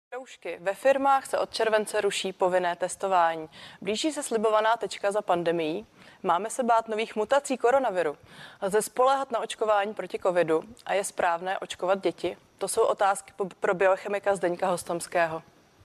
Roušky. Ve firmách se od července ruší povinné testování. Blíží se slibovaná tečka za pandemií. Máme se bát nových mutací koronaviru. Lze spoléhat na očkování proti covidu a je správné očkovat děti? To jsou otázky pro biochemika Zdeňka Hostomského.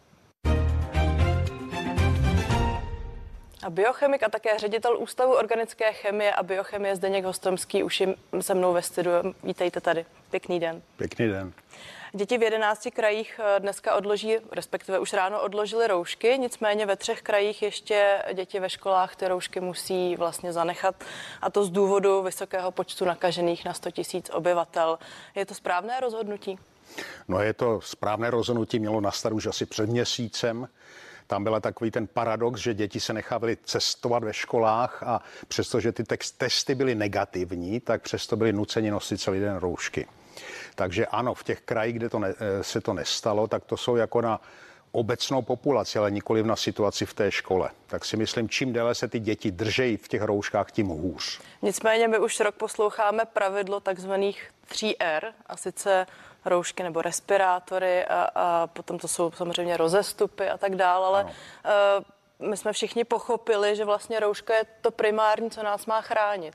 A biochemik a také ředitel Ústavu organické chemie a biochemie Zdeněk Hostomský už je se mnou ve studiu. Vítejte tady. Pěkný den. Pěkný den. Děti v 11 krajích dneska odloží, respektive už ráno odložily roušky, nicméně ve 3 krajích ještě děti ve školách ty roušky musí vlastně zanechat, a to z důvodu vysokého počtu nakažených na 100 000 obyvatel. Je to správné rozhodnutí? No, je to správné rozhodnutí, mělo nastat už asi před měsícem. Tam byla takový ten paradox, že děti se nechávaly cestovat ve školách a přestože ty testy byly negativní, tak přesto byli nuceni nosit celý den roušky. Takže ano, v těch krajích, kde se to nestalo, tak to jsou jako na obecnou populaci, ale nikoliv na situaci v té škole. Tak si myslím, čím déle se ty děti držejí v těch rouškách, tím hůř. Nicméně my už rok posloucháme pravidlo takzvaných 3R, a sice roušky nebo respirátory a potom to jsou samozřejmě rozestupy a tak dále, ale my jsme všichni pochopili, že vlastně rouška je to primární, co nás má chránit.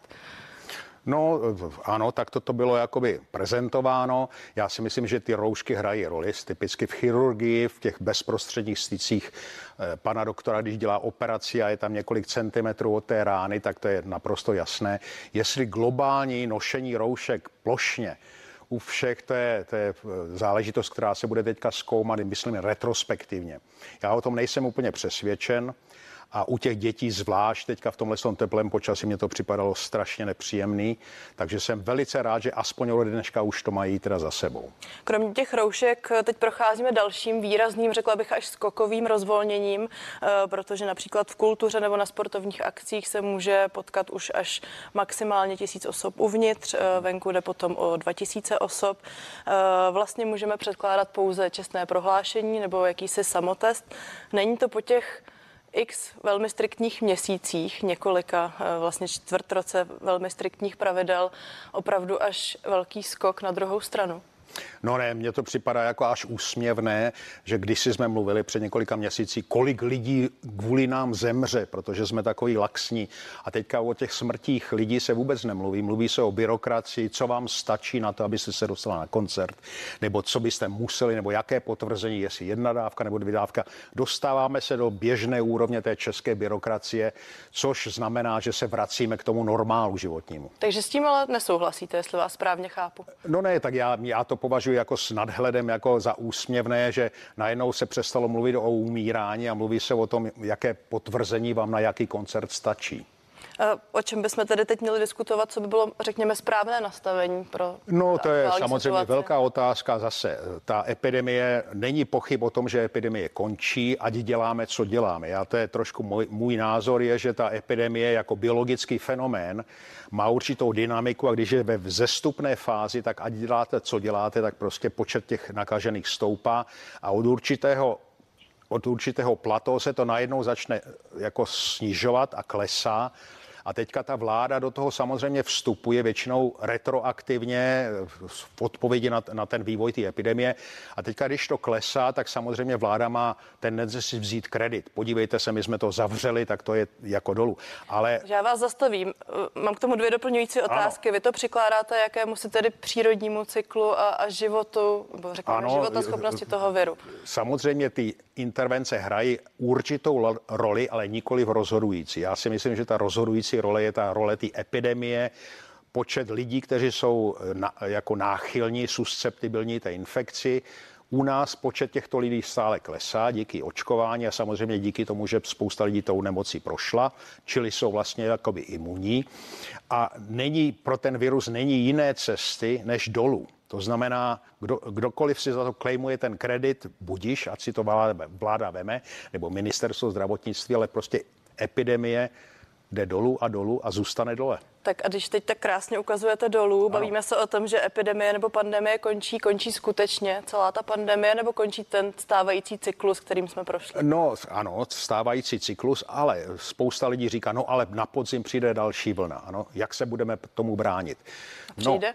No ano, tak to bylo jakoby prezentováno. Já si myslím, že ty roušky hrají roli, typicky v chirurgii, v těch bezprostředních stycích pana doktora, když dělá operaci a je tam několik centimetrů od té rány, tak to je naprosto jasné. Jestli globální nošení roušek plošně u všech, to je záležitost, která se bude teďka zkoumat, myslím, retrospektivně. Já o tom nejsem úplně přesvědčen. A u těch dětí zvlášť teďka v tomhle teplém počasí mě to připadalo strašně nepříjemný, takže jsem velice rád, že aspoň od dneška už to mají teda za sebou. Kromě těch roušek teď procházíme dalším výrazným, řekla bych až skokovým rozvolněním, protože například v kultuře nebo na sportovních akcích se může potkat už až maximálně 1000 osob uvnitř, venku jde potom o 2000 osob. Vlastně můžeme předkládat pouze čestné prohlášení nebo jakýsi samotest. Není to po těch x velmi striktních měsících, několika vlastně čtvrtroce velmi striktních pravidel, opravdu až velký skok na druhou stranu? No ne, mně to připadá jako až úsměvné, že když jsme mluvili před několika měsíci, kolik lidí kvůli nám zemře, protože jsme takový laxní. A teďka o těch smrtích lidí se vůbec nemluví. Mluví se o byrokracii, co vám stačí na to, abyste se dostala na koncert, nebo co byste museli, nebo jaké potvrzení, jestli 1 dávka nebo 2 dávka. Dostáváme se do běžné úrovně té české byrokracie, což znamená, že se vracíme k tomu normálu životnímu. Takže s tím ale nesouhlasíte, jestli vás správně chápu. No ne, tak já to považuji jako s nadhledem jako za úsměvné, že najednou se přestalo mluvit o umírání a mluví se o tom, jaké potvrzení vám na jaký koncert stačí. O čem bychom tedy teď měli diskutovat, co by bylo, řekněme, správné nastavení pro No, to je samozřejmě situaci? velká otázka zase. Ta epidemie, není pochyb o tom, že epidemie končí, ať děláme, co děláme. To je trošku můj názor je, že ta epidemie jako biologický fenomén má určitou dynamiku a když je ve vzestupné fázi, tak ať děláte, co děláte, tak prostě počet těch nakažených stoupá a od určitého plato se to najednou začne jako snižovat a klesá. A teďka ta vláda do toho samozřejmě vstupuje většinou retroaktivně v odpovědi na ten vývoj té epidemie. A teďka, když to klesá, tak samozřejmě vláda má tendenci si vzít kredit. Podívejte se, my jsme to zavřeli, tak to je jako dolů. Ale já vás zastavím. Mám k tomu 2 doplňující otázky. Ano. Vy to přikládáte jakému si tedy přírodnímu cyklu a životu, nebo řekněme životaschopnosti toho viru? Samozřejmě ty intervence hrají určitou roli, ale nikoli v rozhodující. Já si myslím, že ta rozhodující role je ta role té epidemie, počet lidí, kteří jsou jako náchylní, susceptibilní té infekci. U nás počet těchto lidí stále klesá díky očkování a samozřejmě díky tomu, že spousta lidí tou nemocí prošla, čili jsou vlastně jakoby imunní. A pro ten virus není jiné cesty než dolů. To znamená, kdokoliv si za to klejmuje ten kredit, budiš, ať si to vláda veme, nebo ministerstvo zdravotnictví, ale prostě epidemie jde dolů a zůstane dole. Tak a když teď tak krásně ukazujete dolů, bavíme se o tom, že epidemie nebo pandemie končí skutečně celá ta pandemie, nebo končí ten stávající cyklus, kterým jsme prošli? No ano, stávající cyklus, ale spousta lidí říká, no ale na podzim přijde další vlna. Ano, jak se budeme tomu bránit? Přijde?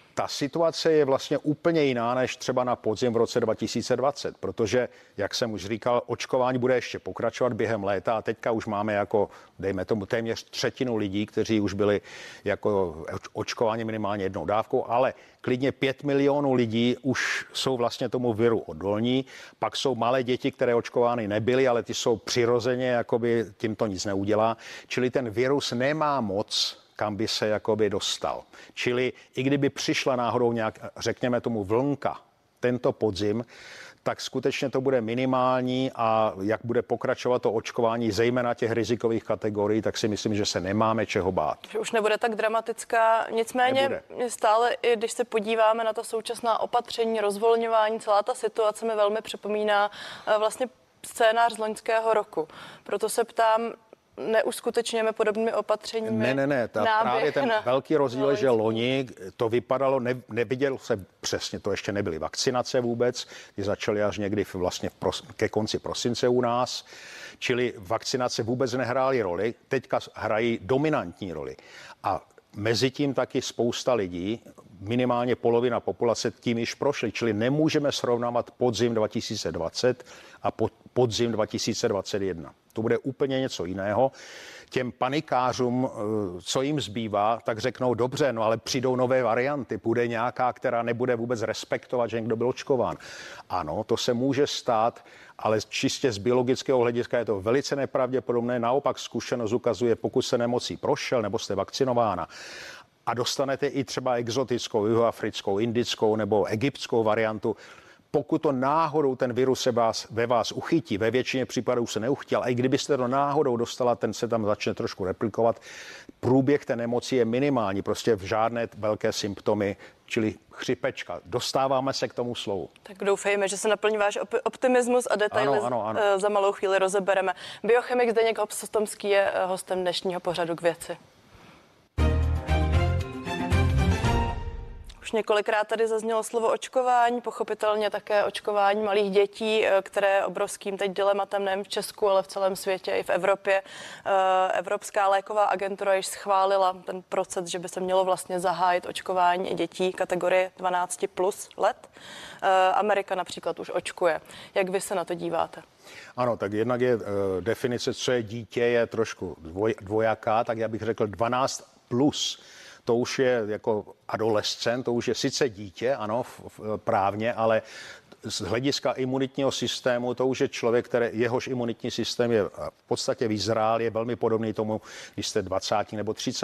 Ta situace je vlastně úplně jiná než třeba na podzim v roce 2020, protože, jak jsem už říkal, očkování bude ještě pokračovat během léta a teďka už máme jako, dejme tomu, téměř třetinu lidí, kteří už byli jako očkováni minimálně jednou dávkou, ale klidně 5 milionů lidí už jsou vlastně tomu viru odolní. Pak jsou malé děti, které očkovány nebyly, ale ty jsou přirozeně, jakoby tím to nic neudělá. Čili ten virus nemá moc, kam by se jakoby dostal. Čili i kdyby přišla náhodou nějak, řekněme tomu, vlnka tento podzim, tak skutečně to bude minimální a jak bude pokračovat to očkování, zejména těch rizikových kategorií, tak si myslím, že se nemáme čeho bát. Že už nebude tak dramatická, nicméně stále, i když se podíváme na ta současná opatření, rozvolňování, celá ta situace mi velmi připomíná vlastně scénář z loňského roku. Proto se ptám, neuskutečňujeme podobnými opatřeními. Ne. Právě ten velký rozdíl je, že loni to vypadalo, neviděl se přesně, to ještě nebyly vakcinace vůbec, ty začaly až někdy vlastně ke konci prosince u nás, čili vakcinace vůbec nehrály roli, teďka hrají dominantní roli. A mezitím taky spousta lidí, minimálně polovina populace tím již prošly, čili nemůžeme srovnávat podzim 2020 a podzim 2021. To bude úplně něco jiného. Těm panikářům, co jim zbývá, tak řeknou dobře, no ale přijdou nové varianty, bude nějaká, která nebude vůbec respektovat, že někdo byl očkován. Ano, to se může stát, ale čistě z biologického hlediska je to velice nepravděpodobné. Naopak zkušenost ukazuje, pokud se nemocí prošel nebo jste vakcinována a dostanete i třeba exotickou, jihoafrickou, indickou nebo egyptskou variantu, pokud to náhodou ten virus se ve vás uchytí, ve většině případů se neuchytil, a i kdybyste to náhodou dostala, ten se tam začne trošku replikovat, průběh té nemoci je minimální, prostě v žádné velké symptomy, čili chřipečka. Dostáváme se k tomu slovu. Tak doufejme, že se naplní váš optimismus a detaily ano. Za malou chvíli rozebereme. Biochemik Zdeněk Hopstomský je hostem dnešního pořadu K věci. Už několikrát tady zaznělo slovo očkování, pochopitelně také očkování malých dětí, které je obrovským teď dilematem nejen v Česku, ale v celém světě i v Evropě. Evropská léková agentura již schválila ten proces, že by se mělo vlastně zahájit očkování dětí kategorie 12 plus let. Amerika například už očkuje. Jak vy se na to díváte? Ano, tak jednak je definice, co je dítě, je trošku dvojaká, tak já bych řekl 12 plus. To už je jako adolescent, to už je sice dítě, ano, právně, ale z hlediska imunitního systému, to už je člověk, jehož imunitní systém je v podstatě vyzrál, je velmi podobný tomu, když jste 20 nebo 30.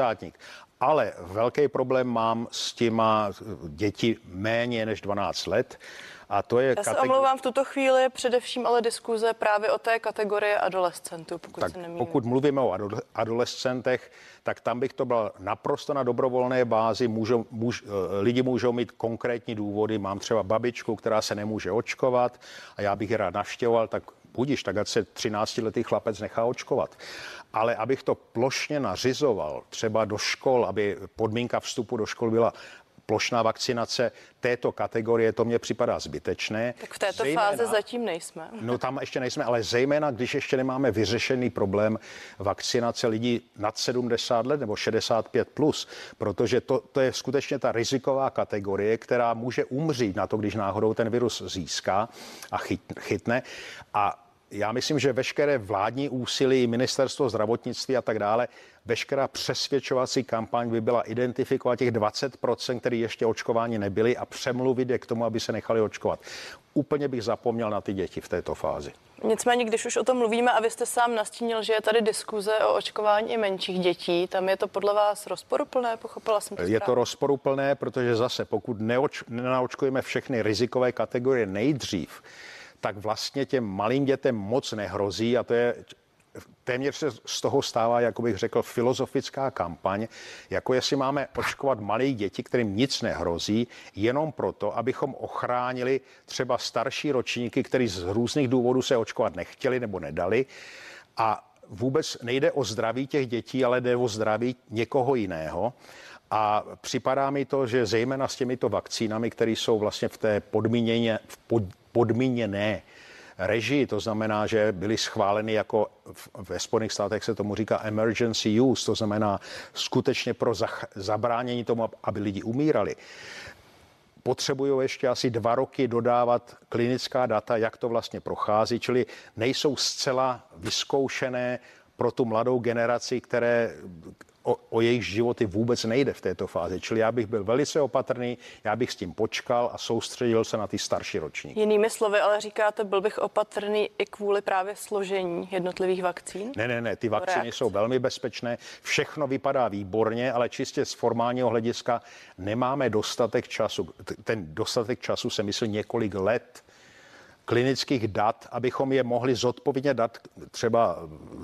Ale velký problém mám s těma děti méně než 12 let. A to je Já se omlouvám, v tuto chvíli především ale diskuze právě o té kategorii adolescentů, pokud mluvíme o adolescentech, tak tam bych to byl naprosto na dobrovolné bázi. Lidi můžou mít konkrétní důvody. Mám třeba babičku, která se nemůže očkovat a já bych ji rád navštěvoval, tak budiš, tak ať se 13letý chlapec nechá očkovat. Ale abych to plošně nařizoval, třeba do škol, aby podmínka vstupu do škol byla plošná vakcinace této kategorie, to mně připadá zbytečné. Tak v této fázi zatím nejsme. No tam ještě nejsme, ale zejména, když ještě nemáme vyřešený problém vakcinace lidí nad 70 let nebo 65 plus, protože to je skutečně ta riziková kategorie, která může umřít na to, když náhodou ten virus získá a chytne. A já myslím, že veškeré vládní úsilí, ministerstvo zdravotnictví a tak dále, veškerá přesvědčovací kampaň by byla identifikovat těch 20%, který ještě očkováni nebyli a přemluvit je k tomu, aby se nechali očkovat. Úplně bych zapomněl na ty děti v této fázi. Nicméně, když už o tom mluvíme a vy jste sám nastínil, že je tady diskuze o očkování i menších dětí, tam je to podle vás rozporuplné? Pochopila jsem to správně. Je to rozporuplné, protože zase pokud nenaočkujeme všechny rizikové kategorie nejdřív, tak vlastně těm malým dětem moc nehrozí a to je téměř se z toho stává, jako bych řekl, filozofická kampaň, jako jestli máme očkovat malé děti, kterým nic nehrozí, jenom proto, abychom ochránili třeba starší ročníky, kteří z různých důvodů se očkovat nechtěli nebo nedali. A vůbec nejde o zdraví těch dětí, ale jde o zdraví někoho jiného. A připadá mi to, že zejména s těmito vakcínami, které jsou vlastně v té podmíněné režii, to znamená, že byly schváleny jako ve Spojených státech se tomu říká emergency use, to znamená skutečně pro zabránění tomu, aby lidi umírali. potřebují ještě asi 2 roky dodávat klinická data, jak to vlastně prochází, čili nejsou zcela vyzkoušené pro tu mladou generaci, které o jejich životy vůbec nejde v této fázi. Čili já bych byl velice opatrný, já bych s tím počkal a soustředil se na ty starší ročníky. Jinými slovy, ale říkáte, byl bych opatrný i kvůli právě složení jednotlivých vakcín? Ne, ty vakcíny jsou velmi bezpečné, všechno vypadá výborně, ale čistě z formálního hlediska nemáme dostatek času. Ten dostatek času se myslí několik let klinických dat, abychom je mohli zodpovědně dát třeba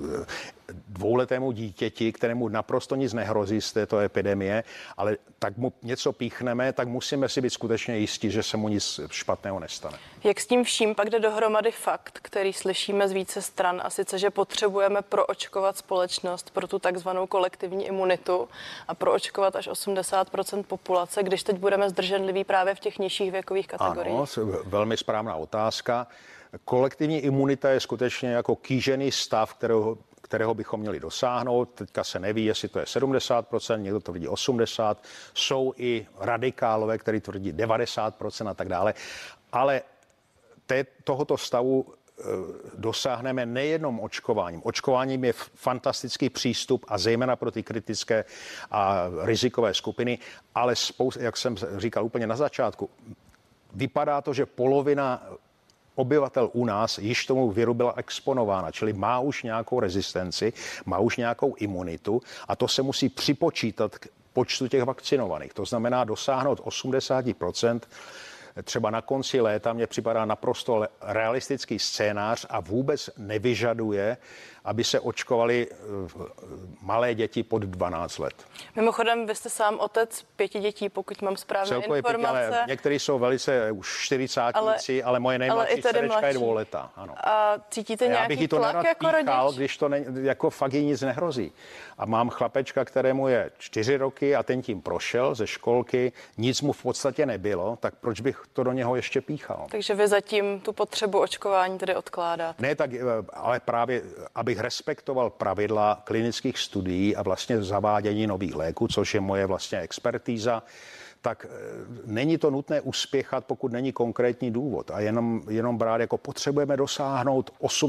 2letému dítěti, kterému naprosto nic nehrozí z této epidemie, ale tak mu něco píchneme, tak musíme si být skutečně jistí, že se mu nic špatného nestane. Jak s tím vším pak jde dohromady fakt, který slyšíme z více stran, a sice, že potřebujeme proočkovat společnost pro tu takzvanou kolektivní imunitu a proočkovat až 80% populace, když teď budeme zdrženliví právě v těch nižších věkových kategoriích? Ano, velmi správná otázka. Kolektivní imunita je skutečně jako kýžený stav, kterého bychom měli dosáhnout. Teďka se neví, jestli to je 70%, někdo tvrdí 80%, jsou i radikálové, kteří tvrdí 90% a tak dále. Ale tohoto stavu dosáhneme nejenom očkováním. Očkováním je fantastický přístup a zejména pro ty kritické a rizikové skupiny, ale jak jsem říkal úplně na začátku, vypadá to, že polovina obyvatel u nás již tomu viru byla exponována, čili má už nějakou rezistenci, má už nějakou imunitu a to se musí připočítat k počtu těch vakcinovaných. To znamená dosáhnout 80%. Třeba na konci léta mně připadá naprosto realistický scénář a vůbec nevyžaduje, aby se očkovali malé děti pod 12 let. Mimochodem, vy jste sám otec 5 dětí, pokud mám správné informace. 5, ale někteří jsou velice už 40, ale moje nejmladší dcerečka je 2letá. Ano. A cítíte nějaký tlak jako rodič? Když to jako fakt jí nic nehrozí. A mám chlapečka, kterému je 4 roky a ten tím prošel ze školky, nic mu v podstatě nebylo, tak proč bych to do něho ještě píchal? Takže vy zatím tu potřebu očkování tedy odkládáte? Ne, tak, ale právě, abych respektoval pravidla klinických studií a vlastně zavádění nových léků, což je moje vlastně expertíza, tak není to nutné uspěchat, pokud není konkrétní důvod. A jenom brát, jako potřebujeme dosáhnout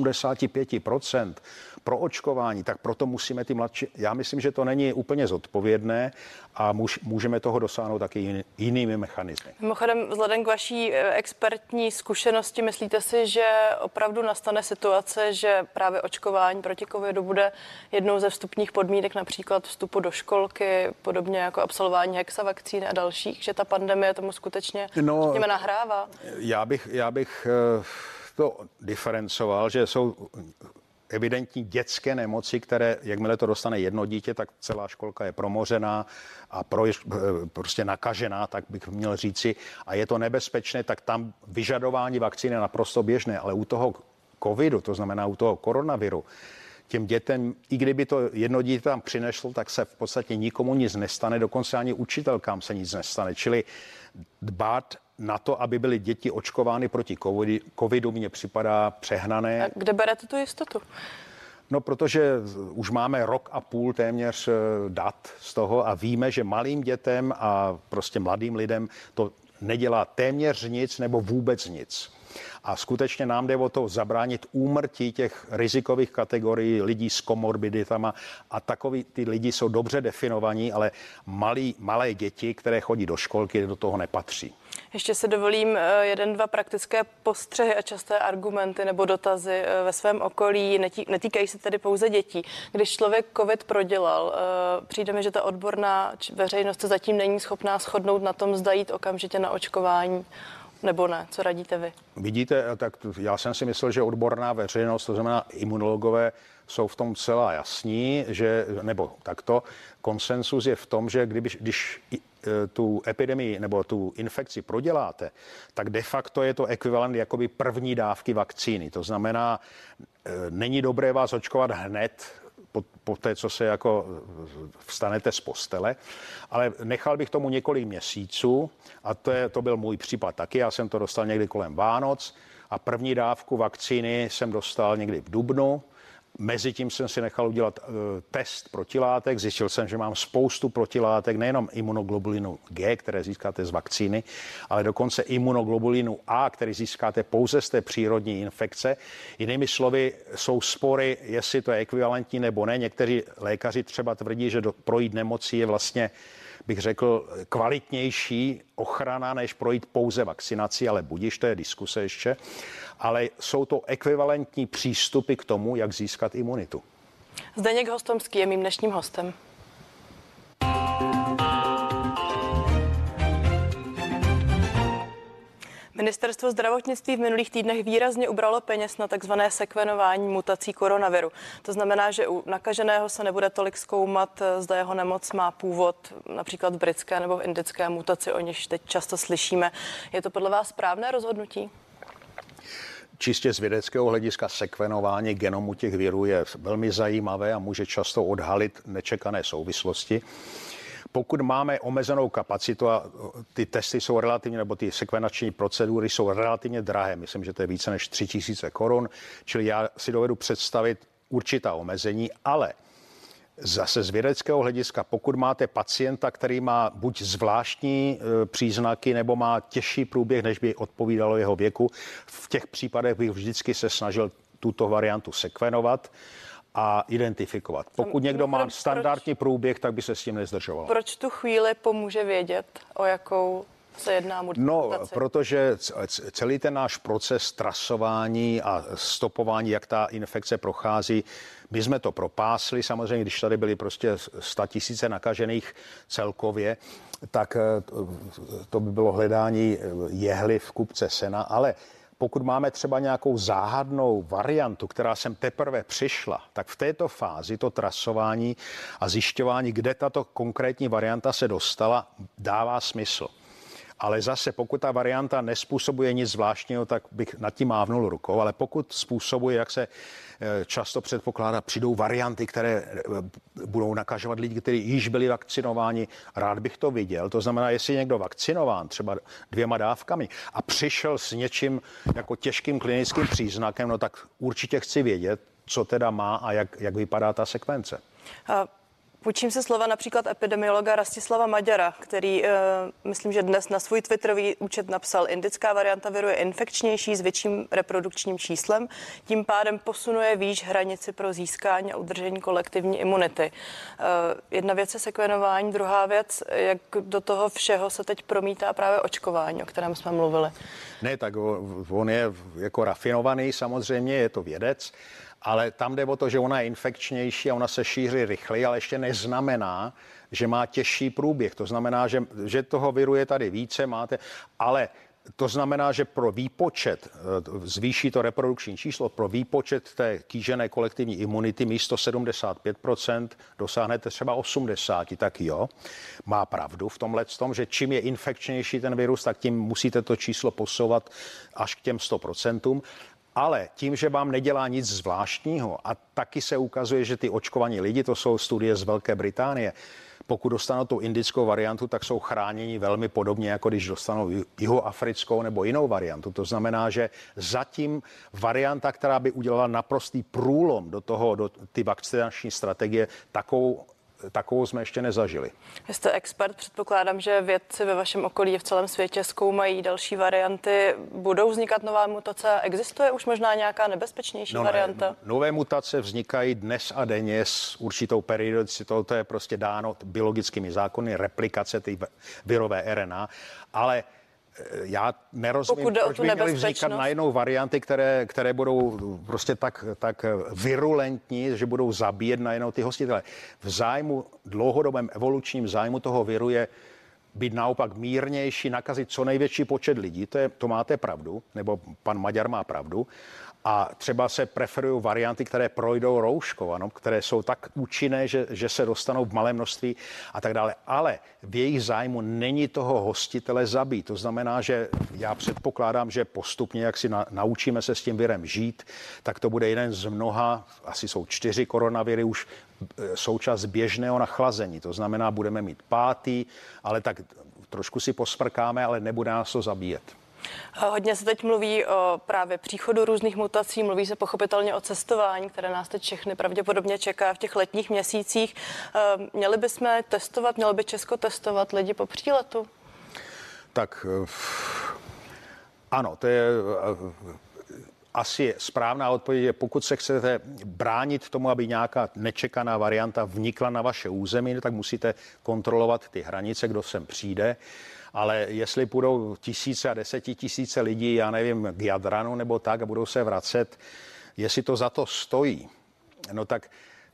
85% pro očkování, tak proto musíme ty mladší. Já myslím, že to není úplně zodpovědné a můžeme toho dosáhnout taky jinými mechanismy. Mimochodem, vzhledem k vaší expertní zkušenosti, myslíte si, že opravdu nastane situace, že právě očkování proti covidu bude jednou ze vstupních podmínek, například vstupu do školky, podobně jako absolvování hexavakcíny a dalších, že ta pandemie tomu skutečně nahrává? Já bych to diferencoval, že jsou evidentní dětské nemoci, které, jakmile to dostane jedno dítě, tak celá školka je promořená a prostě nakažená, tak bych měl říci, a je to nebezpečné, tak tam vyžadování vakcíny je naprosto běžné, ale u toho covidu, to znamená u toho koronaviru, těm dětem, i kdyby to jedno dítě tam přineslo, tak se v podstatě nikomu nic nestane, dokonce ani učitelkám se nic nestane. Čili dbát na to, aby byly děti očkovány proti covidu, mně připadá přehnané. A kde berete tu jistotu? No, protože už máme 1,5 roku téměř dat z toho a víme, že malým dětem a prostě mladým lidem to nedělá téměř nic nebo vůbec nic. A skutečně nám jde o to zabránit úmrtí těch rizikových kategorií lidí s komorbiditama a takový ty lidi jsou dobře definovaní, ale malé děti, které chodí do školky, do toho nepatří. Ještě si dovolím 1-2 praktické postřehy a časté argumenty nebo dotazy ve svém okolí. Netýkají se tedy pouze dětí. Když člověk covid prodělal, přijde mi, že ta odborná veřejnost se zatím není schopná shodnout na tom, zda jít okamžitě na očkování nebo ne. Co radíte vy? Vidíte, tak já jsem si myslel, že odborná veřejnost, to znamená imunologové, jsou v tom celá jasní, nebo takto, konsensus je v tom, že když tu epidemii nebo tu infekci proděláte, tak de facto je to ekvivalent jakoby první dávky vakcíny. To znamená, není dobré vás očkovat hned po té, co se jako vstanete z postele, ale nechal bych tomu několik měsíců a to byl můj případ taky. Já jsem to dostal někdy kolem Vánoc a první dávku vakcíny jsem dostal někdy v dubnu Mezitím jsem si nechal udělat test protilátek, zjistil jsem, že mám spoustu protilátek, nejenom imunoglobulinu G, které získáte z vakcíny, ale dokonce imunoglobulinu A, který získáte pouze z té přírodní infekce. Jinými slovy, jsou spory, jestli to je ekvivalentní nebo ne. Někteří lékaři třeba tvrdí, že projít nemocí je vlastně, bych řekl, kvalitnější ochrana, než projít pouze vakcinací, ale budiž, to je diskuse ještě. Ale jsou to ekvivalentní přístupy k tomu, jak získat imunitu. Zdeněk Hostomský je mým dnešním hostem. Ministerstvo zdravotnictví v minulých týdnech výrazně ubralo peněz na takzvané sekvenování mutací koronaviru. To znamená, že u nakaženého se nebude tolik zkoumat, zda jeho nemoc má původ například v britské nebo v indické mutaci, o něž teď často slyšíme. Je to podle vás správné rozhodnutí? Čistě z vědeckého hlediska sekvenování genomu těch virů je velmi zajímavé a může často odhalit nečekané souvislosti. Pokud máme omezenou kapacitu a ty testy jsou relativně, nebo ty sekvenační procedury jsou relativně drahé, myslím, že to je více než 3 000 korun, čili já si dovedu představit určitá omezení, ale zase z vědeckého hlediska, pokud máte pacienta, který má buď zvláštní příznaky, nebo má těžší průběh, než by odpovídalo jeho věku, v těch případech bych vždycky se snažil tuto variantu sekvenovat a identifikovat. Pokud někdo má standardní průběh, tak by se s tím nezdržoval. Proč tu chvíli pomůže vědět, o jakou se jedná mutaci? No, protože celý ten náš proces trasování a stopování, jak ta infekce prochází, my jsme to propásli. Samozřejmě, když tady byly prostě 100 000 nakažených celkově, tak to by bylo hledání jehly v kupce sena, ale pokud máme třeba nějakou záhadnou variantu, která sem teprve přišla, tak v této fázi to trasování a zjišťování, kde tato konkrétní varianta se dostala, dává smysl. Ale zase, pokud ta varianta nespůsobuje nic zvláštního, tak bych nad tím mávnul rukou, ale pokud způsobuje, jak se často předpokládá, přijdou varianty, které budou nakažovat lidi, kteří již byli vakcinováni, rád bych to viděl. To znamená, jestli je někdo vakcinován třeba 2 dávkami a přišel s něčím jako těžkým klinickým příznakem, no tak určitě chci vědět, co teda má a jak vypadá ta sekvence. Půjčím se slova například epidemiologa Rastislava Maďara, který, myslím, že dnes na svůj twitterový účet napsal: indická varianta viru je infekčnější s větším reprodukčním číslem, tím pádem posunuje výš hranici pro získání a udržení kolektivní imunity. Jedna věc je sekvenování, druhá věc, jak do toho všeho se teď promítá právě očkování, o kterém jsme mluvili. Ne, tak on je jako rafinovaný, samozřejmě je to vědec, ale tam jde o to, že ona je infekčnější a ona se šíří rychleji, ale ještě neznamená, že má těžší průběh. To znamená, že toho viru je tady více, ale to znamená, že pro výpočet, zvýší to reprodukční číslo, pro výpočet té kýžené kolektivní imunity místo 75% dosáhnete třeba 80%, tak jo, má pravdu v tomhletom, že čím je infekčnější ten virus, tak tím musíte to číslo posouvat až k těm 100%. Ale tím, že vám nedělá nic zvláštního a taky se ukazuje, že ty očkovaní lidi, to jsou studie z Velké Británie, pokud dostanou tu indickou variantu, tak jsou chráněni velmi podobně, jako když dostanou jihoafrickou nebo jinou variantu. To znamená, že zatím varianta, která by udělala naprostý průlom do ty vakcinační strategie, takovou jsme ještě nezažili. Vy jste expert, předpokládám, že vědci ve vašem okolí v celém světě zkoumají další varianty. Budou vznikat nová mutace? Existuje už možná nějaká nebezpečnější varianta? Nové mutace vznikají dnes a denně s určitou periodicitou, to je prostě dáno biologickými zákony, replikace té virové RNA, ale já nerozumím, proč by měly vznikat najednou varianty, které budou prostě tak virulentní, že budou zabíjet najednou ty hostitele. V zájmu, dlouhodobém evolučním zájmu toho viru je být naopak mírnější, nakazit co největší počet lidí, to máte pravdu, nebo pan Maďar má pravdu. A třeba se preferují varianty, které projdou rouškou, ano, které jsou tak účinné, že se dostanou v malém množství a tak dále. Ale v jejich zájmu není toho hostitele zabít. To znamená, že já předpokládám, že postupně, jak si naučíme se s tím virem žít, tak to bude jeden z mnoha, asi jsou 4 koronaviry už součást běžného nachlazení. To znamená, budeme mít 5., ale tak trošku si posprkáme, ale nebude nás to zabíjet. Hodně se teď mluví o právě příchodu různých mutací, mluví se pochopitelně o cestování, které nás teď všechny pravděpodobně čeká v těch letních měsících. Měli bychom testovat, mělo by Česko testovat lidi po příletu? Tak ano, to je asi správná odpověď je, pokud se chcete bránit tomu, aby nějaká nečekaná varianta vnikla na vaše území, tak musíte kontrolovat ty hranice, kdo sem přijde. Ale jestli půjdou tisíce a desetitisíce lidí, já nevím, k Jadranu nebo tak a budou se vracet, jestli to za to stojí, no tak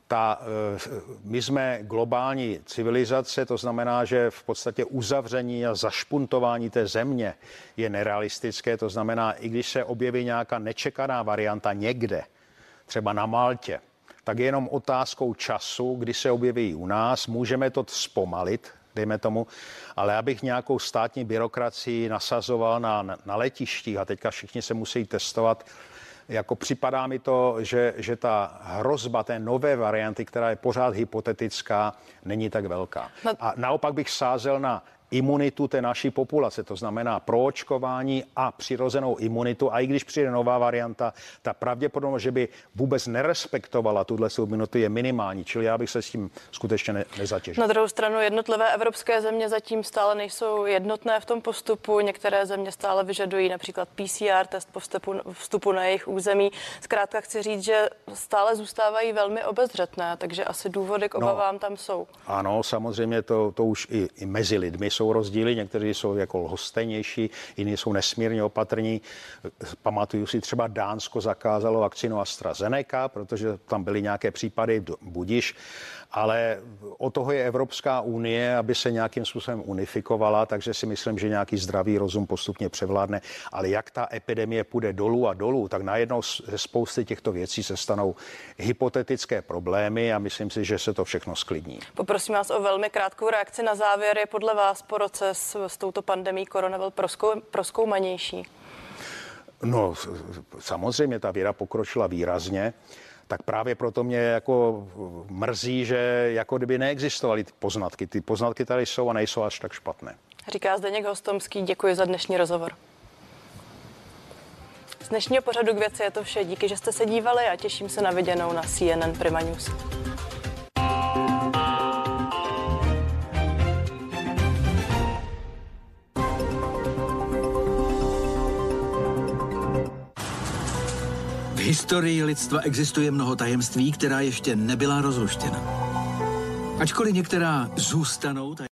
my jsme globální civilizace, to znamená, že v podstatě uzavření a zašpuntování té země je nerealistické. To znamená, i když se objeví nějaká nečekaná varianta někde, třeba na Maltě, tak je jenom otázkou času, kdy se objeví u nás. Můžeme to zpomalit, dejme tomu, ale abych nějakou státní byrokracii nasazoval na letištích a teďka všichni se musí testovat, jako připadá mi to, že ta hrozba té nové varianty, která je pořád hypotetická, není tak velká. A naopak bych sázel na imunitu té naší populace, to znamená proočkování a přirozenou imunitu. A i když přijde nová varianta, ta pravděpodobnost, že by vůbec nerespektovala tuhle imunitu, je minimální. Čili já bych se s tím skutečně nezatěžil. Na druhou stranu jednotlivé evropské země zatím stále nejsou jednotné v tom postupu. Některé země stále vyžadují například PCR test po vstupu na jejich území. Zkrátka chci říct, že stále zůstávají velmi obezřetné, takže asi důvody k obavám tam jsou. Ano, samozřejmě to už i mezi lidmi jsou rozdíly, někteří jsou jako lhostejnější, jiní jsou nesmírně opatrní. Pamatuju si, třeba Dánsko zakázalo vakcínu AstraZeneca, protože tam byly nějaké případy, budiš, ale o toho je Evropská unie, aby se nějakým způsobem unifikovala, takže si myslím, že nějaký zdravý rozum postupně převládne, ale jak ta epidemie půjde dolů a dolů, tak najednou ze spousty těchto věcí se stanou hypotetické problémy a myslím si, že se to všechno sklidní. Poprosím vás o velmi krátkou reakci na závěr. Je podle vás po roce s touto pandemií koronavirus prozkoumanější? No, samozřejmě ta věda pokročila výrazně, tak právě proto mě jako mrzí, že jako kdyby neexistovaly ty poznatky. Ty poznatky tady jsou a nejsou až tak špatné. Říká Zdeněk Hostomský, děkuji za dnešní rozhovor. Z dnešního pořadu K věci je to vše. Díky, že jste se dívali a těším se na viděnou na CNN Prima News. V historii lidstva existuje mnoho tajemství, která ještě nebyla rozluštěna. Ačkoliv některá zůstanou